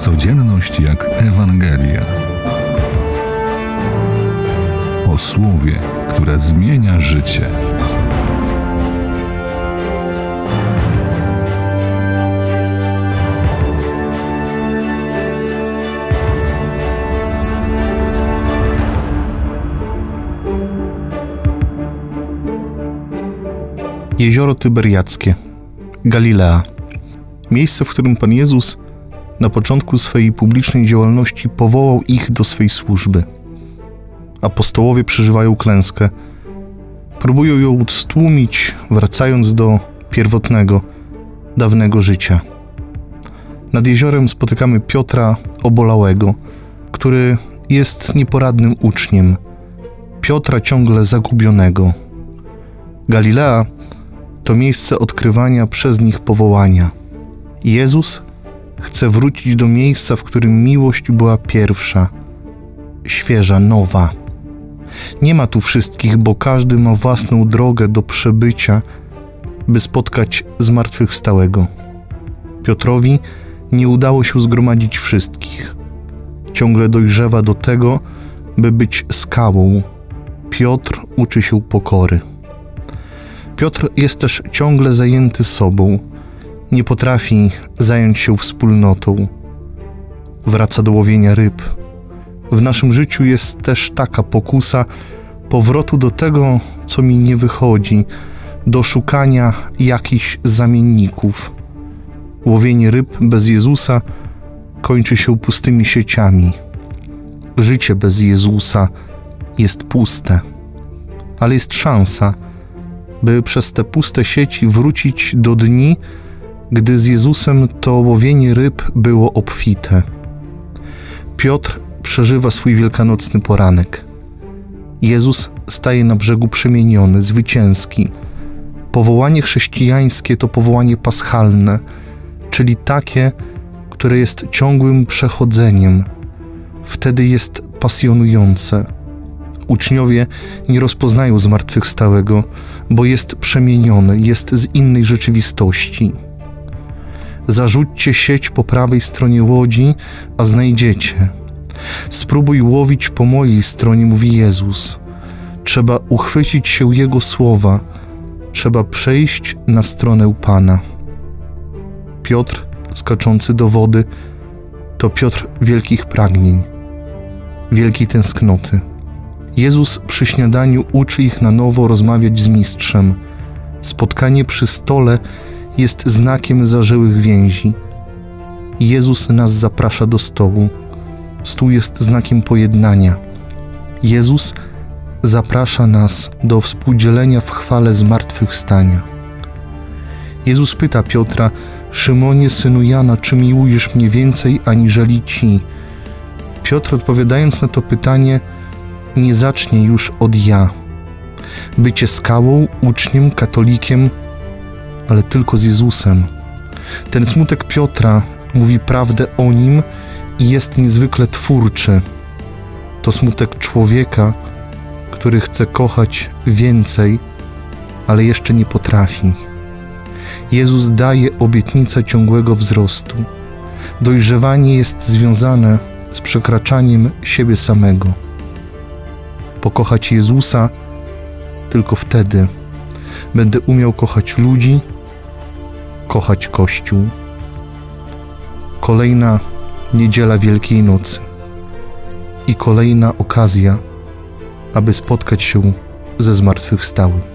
Codzienność jak Ewangelia. O słowie, które zmienia życie. Jezioro Tyberiackie, Galilea. Miejsce, w którym Pan Jezus na początku swojej publicznej działalności powołał ich do swej służby. Apostołowie przeżywają klęskę. Próbują ją stłumić, wracając do pierwotnego, dawnego życia. Nad jeziorem spotykamy Piotra obolałego, który jest nieporadnym uczniem. Piotra ciągle zagubionego. Galilea to miejsce odkrywania przez nich powołania. Jezus chce wrócić do miejsca, w którym miłość była pierwsza, świeża, nowa. Nie ma tu wszystkich, bo każdy ma własną drogę do przebycia, by spotkać zmartwychwstałego. Piotrowi nie udało się zgromadzić wszystkich. Ciągle dojrzewa do tego, by być skałą. Piotr uczy się pokory. Piotr jest też ciągle zajęty sobą. Nie potrafi zająć się wspólnotą. Wraca do łowienia ryb. W naszym życiu jest też taka pokusa powrotu do tego, co mi nie wychodzi, do szukania jakichś zamienników. Łowienie ryb bez Jezusa kończy się pustymi sieciami. Życie bez Jezusa jest puste, ale jest szansa, by przez te puste sieci wrócić do dni, gdy z Jezusem to łowienie ryb było obfite. Piotr przeżywa swój wielkanocny poranek. Jezus staje na brzegu przemieniony, zwycięski. Powołanie chrześcijańskie to powołanie paschalne, czyli takie, które jest ciągłym przechodzeniem. Wtedy jest pasjonujące. Uczniowie nie rozpoznają zmartwychwstałego, bo jest przemieniony, jest z innej rzeczywistości. Zarzućcie sieć po prawej stronie łodzi, a znajdziecie. Spróbuj łowić po mojej stronie, mówi Jezus. Trzeba uchwycić się Jego słowa, trzeba przejść na stronę Pana. Piotr skaczący do wody to Piotr wielkich pragnień, wielkiej tęsknoty. Jezus przy śniadaniu uczy ich na nowo rozmawiać z Mistrzem. Spotkanie przy stole jest znakiem zażyłych więzi. Jezus nas zaprasza do stołu. Stół jest znakiem pojednania. Jezus zaprasza nas do współdzielenia w chwale zmartwychwstania. Jezus pyta Piotra: Szymonie, synu Jana, czy miłujesz mnie więcej aniżeli ci? Piotr, odpowiadając na to pytanie, nie zacznie już od ja. Bycie skałą, uczniem, katolikiem, ale tylko z Jezusem. Ten smutek Piotra mówi prawdę o nim i jest niezwykle twórczy. To smutek człowieka, który chce kochać więcej, ale jeszcze nie potrafi. Jezus daje obietnicę ciągłego wzrostu. Dojrzewanie jest związane z przekraczaniem siebie samego. Pokochać Jezusa tylko wtedy będę umiał kochać ludzi, kochać Kościół. Kolejna niedziela Wielkiej Nocy i kolejna okazja, aby spotkać się ze zmartwychwstałym.